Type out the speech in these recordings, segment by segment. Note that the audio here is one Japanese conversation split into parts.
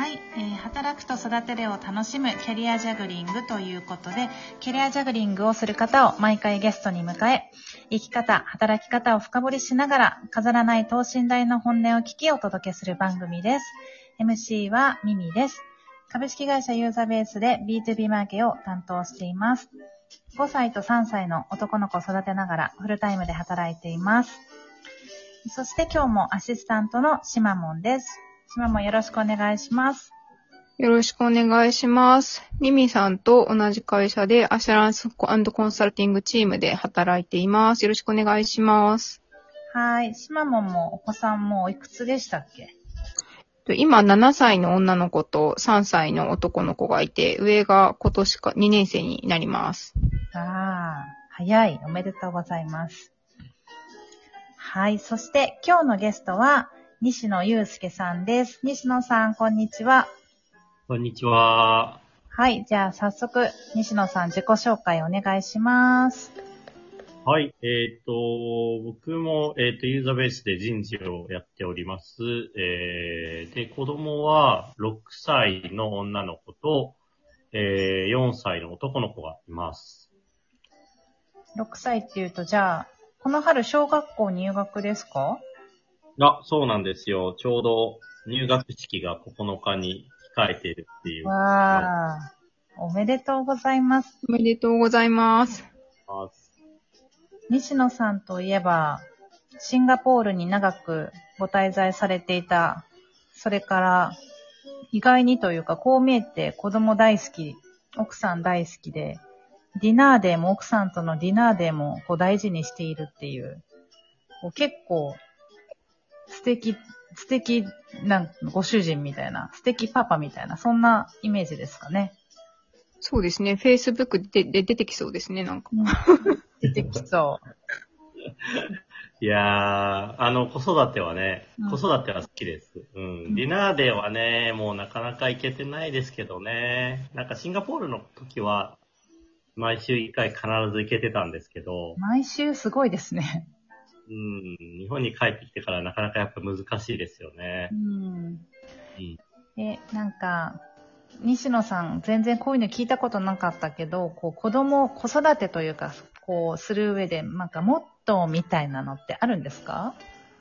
はい、働くと育てるを楽しむキャリアジャグリングということで、キャリアジャグリングをする方を毎回ゲストに迎え、生き方、働き方を深掘りしながら、飾らない等身大の本音を聞きお届けする番組です。MC はミミです。株式会社ユーザベースで B2B マーケを担当しています。5歳と3歳の男の子を育てながらフルタイムで働いています。そして今日もアシスタントのしまもんです。しまもんよろしくお願いします。 よろしくお願いします。ミミさんと同じ会社でアシュランス&コンサルティングチームで働いています。よろしくお願いします。 はい。しまもんもお子さんもおいくつでしたっけ？ 今7歳の女の子と3歳の男の子がいて、上が今年か2年生になります。 早い。おめでとうございます。はい。そして今日のゲストは西野祐介さんです。西野さん、こんにちは。 こんにちは。 はい。じゃあ早速、西野さん自己紹介お願いします。 はい。僕も、ユーザーベースで人事をやっております。で、子供は6歳の女の子と、4歳の男の子がいます。 6歳っていうと、じゃあ、この春小学校入学ですか？ そうなんですよ。ちょうど入学式が9日に控えているっていう。 おめでとうございます。 おめでとうございます。 西野さんといえば、シンガポールに長くご滞在されていた、それから意外にというか、こう見えて子供大好き、奥さん大好きで、ディナーデーも奥さんとのディナーデーもこう大事にしているっていう、結構素敵なご主人みたいな、素敵パパみたいな、そんなイメージですかね。 そうですね。Facebook で出てきそうですね、なんか。 出てきそう。 いやー、子育てはね、子育ては好きです。ディナーデーはね、もうなかなか行けてないですけどね。なんかシンガポールの時は、毎週1回必ず行けてたんですけど。 毎週すごいですね。 日本に帰ってきてからなかなかやっぱ難しいですよね。 なんか、西野さん、全然こういうの聞いたことなかったけど、子育てというか、する上で、なんかモットーみたいなのってあるんですか？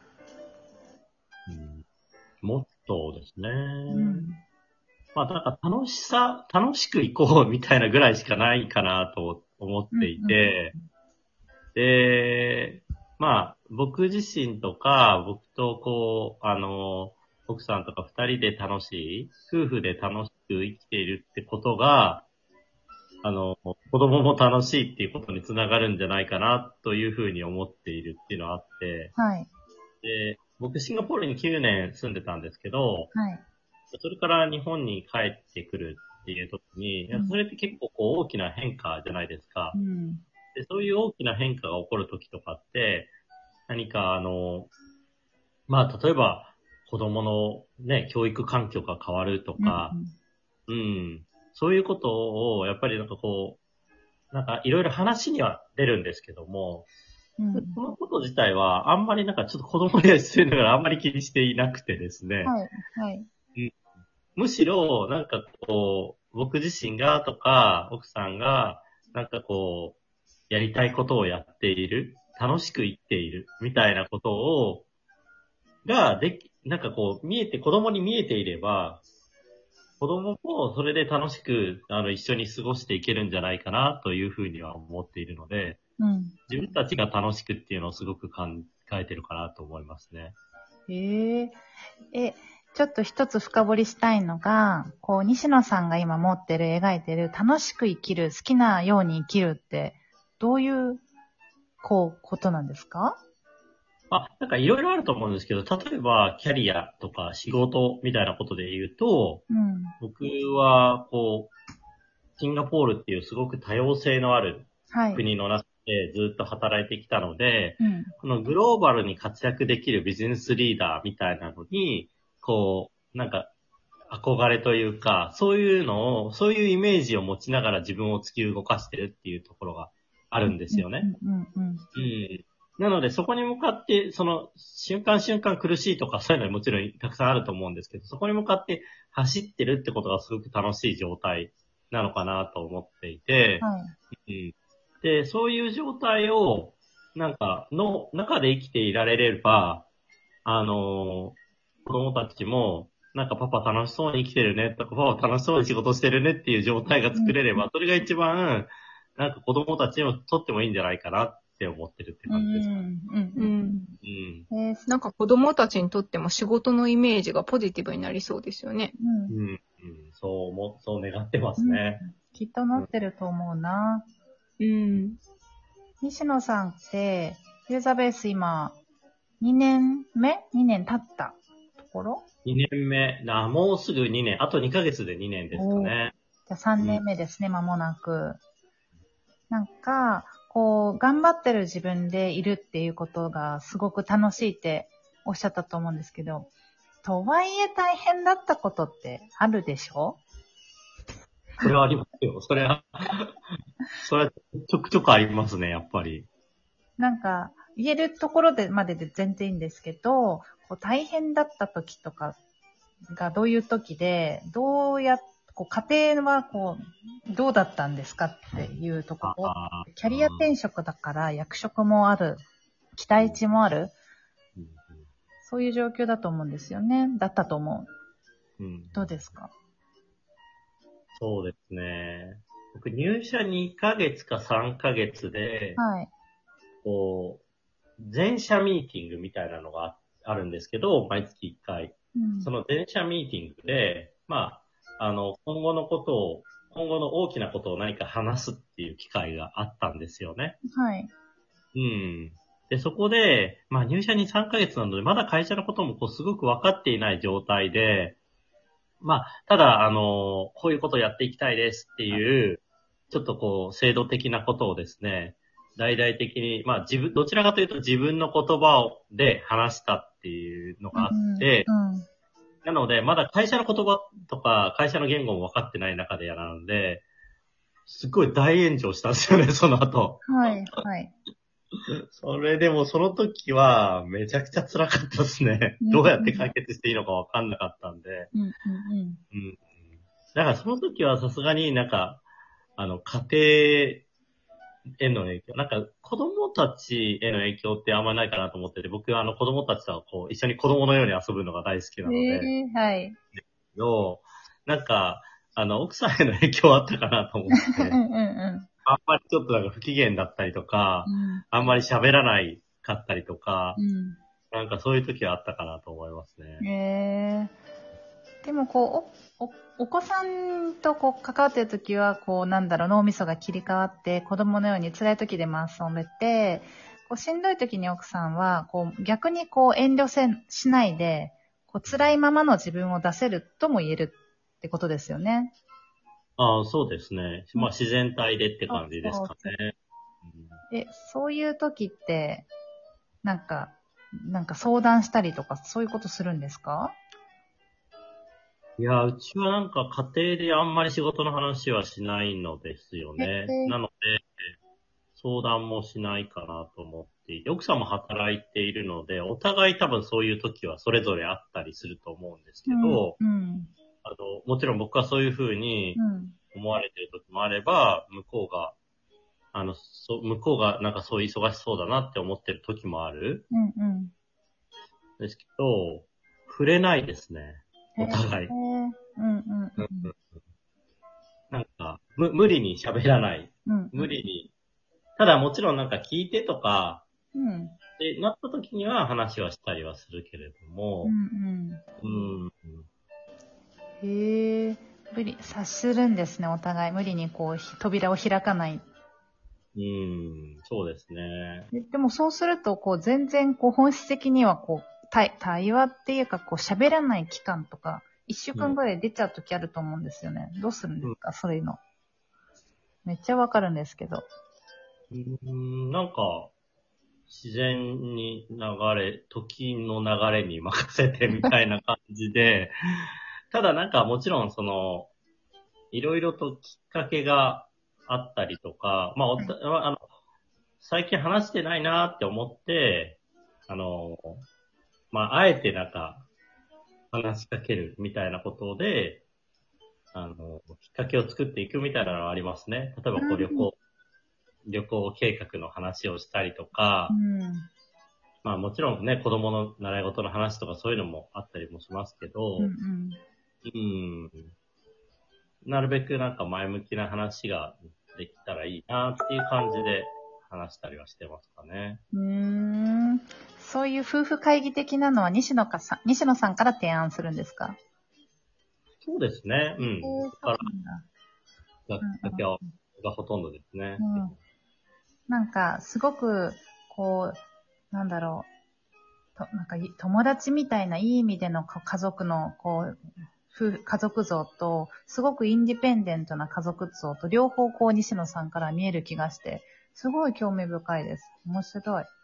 モットーですね。なんか楽しく行こうみたいなぐらいしかないかなと思っていて、で、僕自身とか、僕と奥さんとか2人で夫婦で楽しく生きているってことが、子供も楽しいっていうことにつながるんじゃないかなというふうに思っているっていうのがあって、 はい。 で、僕シンガポールに9年住んでたんですけど、 はい。 それから日本に帰ってくるっていう時に、それって結構大きな変化じゃないですか。で、そういう大きな変化が起こる時とかって、何か例えば子供のね、教育環境が変わるとか、そういうことをやっぱりなんかいろいろ話には出るんですけども、そのこと自体はあんまりなんかちょっと子供にそういうのがあんまり気にしていなくてですね。むしろなんか僕自身がとか奥さんがなんかやりたいことをやっている、楽しく生きているみたいなことをなんか子供に見えていれば、子供もそれで楽しく一緒に過ごしていけるんじゃないかなというふうには思っているので、自分たちが楽しくっていうのをすごく考えてるかなと思いますね。 ちょっと一つ深掘りしたいのが、西野さんが今描いてる楽しく生きる、好きなように生きるって、どういう、ことなんですか？ なんかいろいろあると思うんですけど、例えばキャリアとか仕事みたいなことで言うと、僕はシンガポールっていうすごく多様性のある国の中でずっと働いてきたので、このグローバルに活躍できるビジネスリーダーみたいなのに、なんか憧れというか、そういうイメージを持ちながら自分を突き動かしてるっていうところがあるんですよね。 なので、そこに向かって、その、瞬間瞬間苦しいとか、そういうのはもちろんたくさんあると思うんですけど、そこに向かって走ってるってことがすごく楽しい状態なのかなと思っていて、 はい。 うん、で、そういう状態を、の中で生きていられれば、子供たちも、パパ楽しそうに生きてるねとか、パパ楽しそうに仕事してるねっていう状態が作れれば、それが一番、子供たちにもとってもいいんじゃないかなって思ってるって感じですかね。 なんか子供たちにとっても仕事のイメージがポジティブになりそうですよね。 そう願ってますね。 きっとなってると思うな。西野さんって、ユーザーベース今、2年経ったところ ?2 年目。もうすぐ2年。あと2ヶ月で2年ですかね。 じゃあ3年目ですね、間もなく。頑張ってる自分でいるっていうことがすごく楽しいっておっしゃったと思うんですけど、とはいえ大変だったことってあるでしょ？ それはありますよ。それはちょくちょくありますね、やっぱり。 言えるところでまでで全然いいんですけど、大変だった時とかがどういう時で、家庭はどうだったんですかっていうところ。キャリア転職だから役職もある、期待値もある。そういう状況だと思うんですよね。だったと思う。どうですか？ そうですね。僕入社2ヶ月か3ヶ月で、 はい。 全社ミーティングみたいなのがあるんですけど、毎月1回。その全社ミーティングで、今後の大きなことを何か話すっていう機会があったんですよね。 はい。 で、そこで、入社に3ヶ月なので、まだ会社のこともすごく分かっていない状態で、ただ、こういうことをやっていきたいですっていう、ちょっと制度的なことをですね、大々的に、どちらかというと自分の言葉で話したっていうのがあって、なので、まだ会社の言葉とか、会社の言語も分かってない中でやるので、すっごい大炎上したんですよね、その後。 はい、はい。 それでもその時はめちゃくちゃ辛かったですね。どうやって解決していいのか分かんなかったんで。だからその時はさすがに家庭への影響、子供たちへの影響ってあんまないかなと思ってて、僕は子供たちと一緒に子供のように遊ぶのが大好きなので。 はい。 奥さんへの影響あったかなと思って。あんまりちょっと不機嫌だったりとか、あんまり喋らないかったりとか、そういう時はあったかなと思いますね。 でもお子さんと関わってる時は脳みそが切り替わって子供のように辛い時でも遊べて、しんどい時に奥さんは逆に遠慮しないで辛いままの自分を出せるとも言えるってことですよね。 そうですね。自然体でって感じですかね。 そういう時って、相談したりとか、そういうことするんですか？ いや、うちは家庭であんまり仕事の話はしないのですよね。なので、相談もしないかなと思っていて、奥さんも働いているので、お互い多分そういう時はそれぞれあったりすると思うんですけど、もちろん僕はそういうふうに思われている時もあれば、向こうがそう忙しそうだなって思ってる時もある。ですけど、触れないですね。お互い。無理に喋らない。無理に。ただもちろん聞いてとか、で、なった時には話はしたりはするけれども、 察するんですね、お互い。無理に扉を開かない。 そうですね。 でもそうすると、全然本質的には対話っていうか喋らない期間とか、1週間ぐらい出ちゃう時あると思うんですよね。どうするんですか、そういうの。めっちゃわかるんですけど。 自然に時の流れに任せてみたいな感じで、ただもちろんいろいろときっかけがあったりとか、 最近話してないなって思って、あえて話しかけるみたいなことで、きっかけを作っていくみたいなのはありますね。例えば旅行計画の話をしたりとか、もちろんね、子供の習い事の話とかそういうのもあったりもしますけど、なるべく前向きな話ができたらいいなっていう感じで話したりはしてますかね。 そういう夫婦会議的なのは西野さんから提案するんですか？ そうですね。そこからきっかけがほとんどですね。 すごく、友達みたいないい意味での家族の、家族像と、すごくインディペンデントな家族像と、両方西野さんから見える気がして、すごい興味深いです。面白い。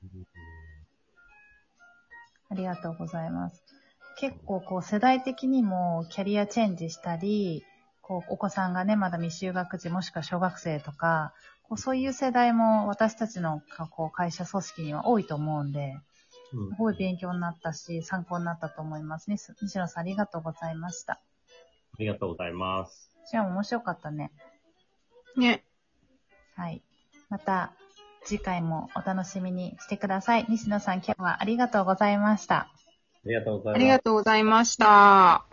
ありがとうございます。結構世代的にもキャリアチェンジしたり、お子さんがね、まだ未就学児もしくは小学生とか、そういう世代も私たちの会社組織には多いと思うんで、すごい勉強になったし、参考になったと思いますね。西野さんありがとうございました。ありがとうございます。 じゃあ面白かったね。 ね。 はい。また次回もお楽しみにしてください。西野さん今日はありがとうございました。 ありがとうございます。 ありがとうございました。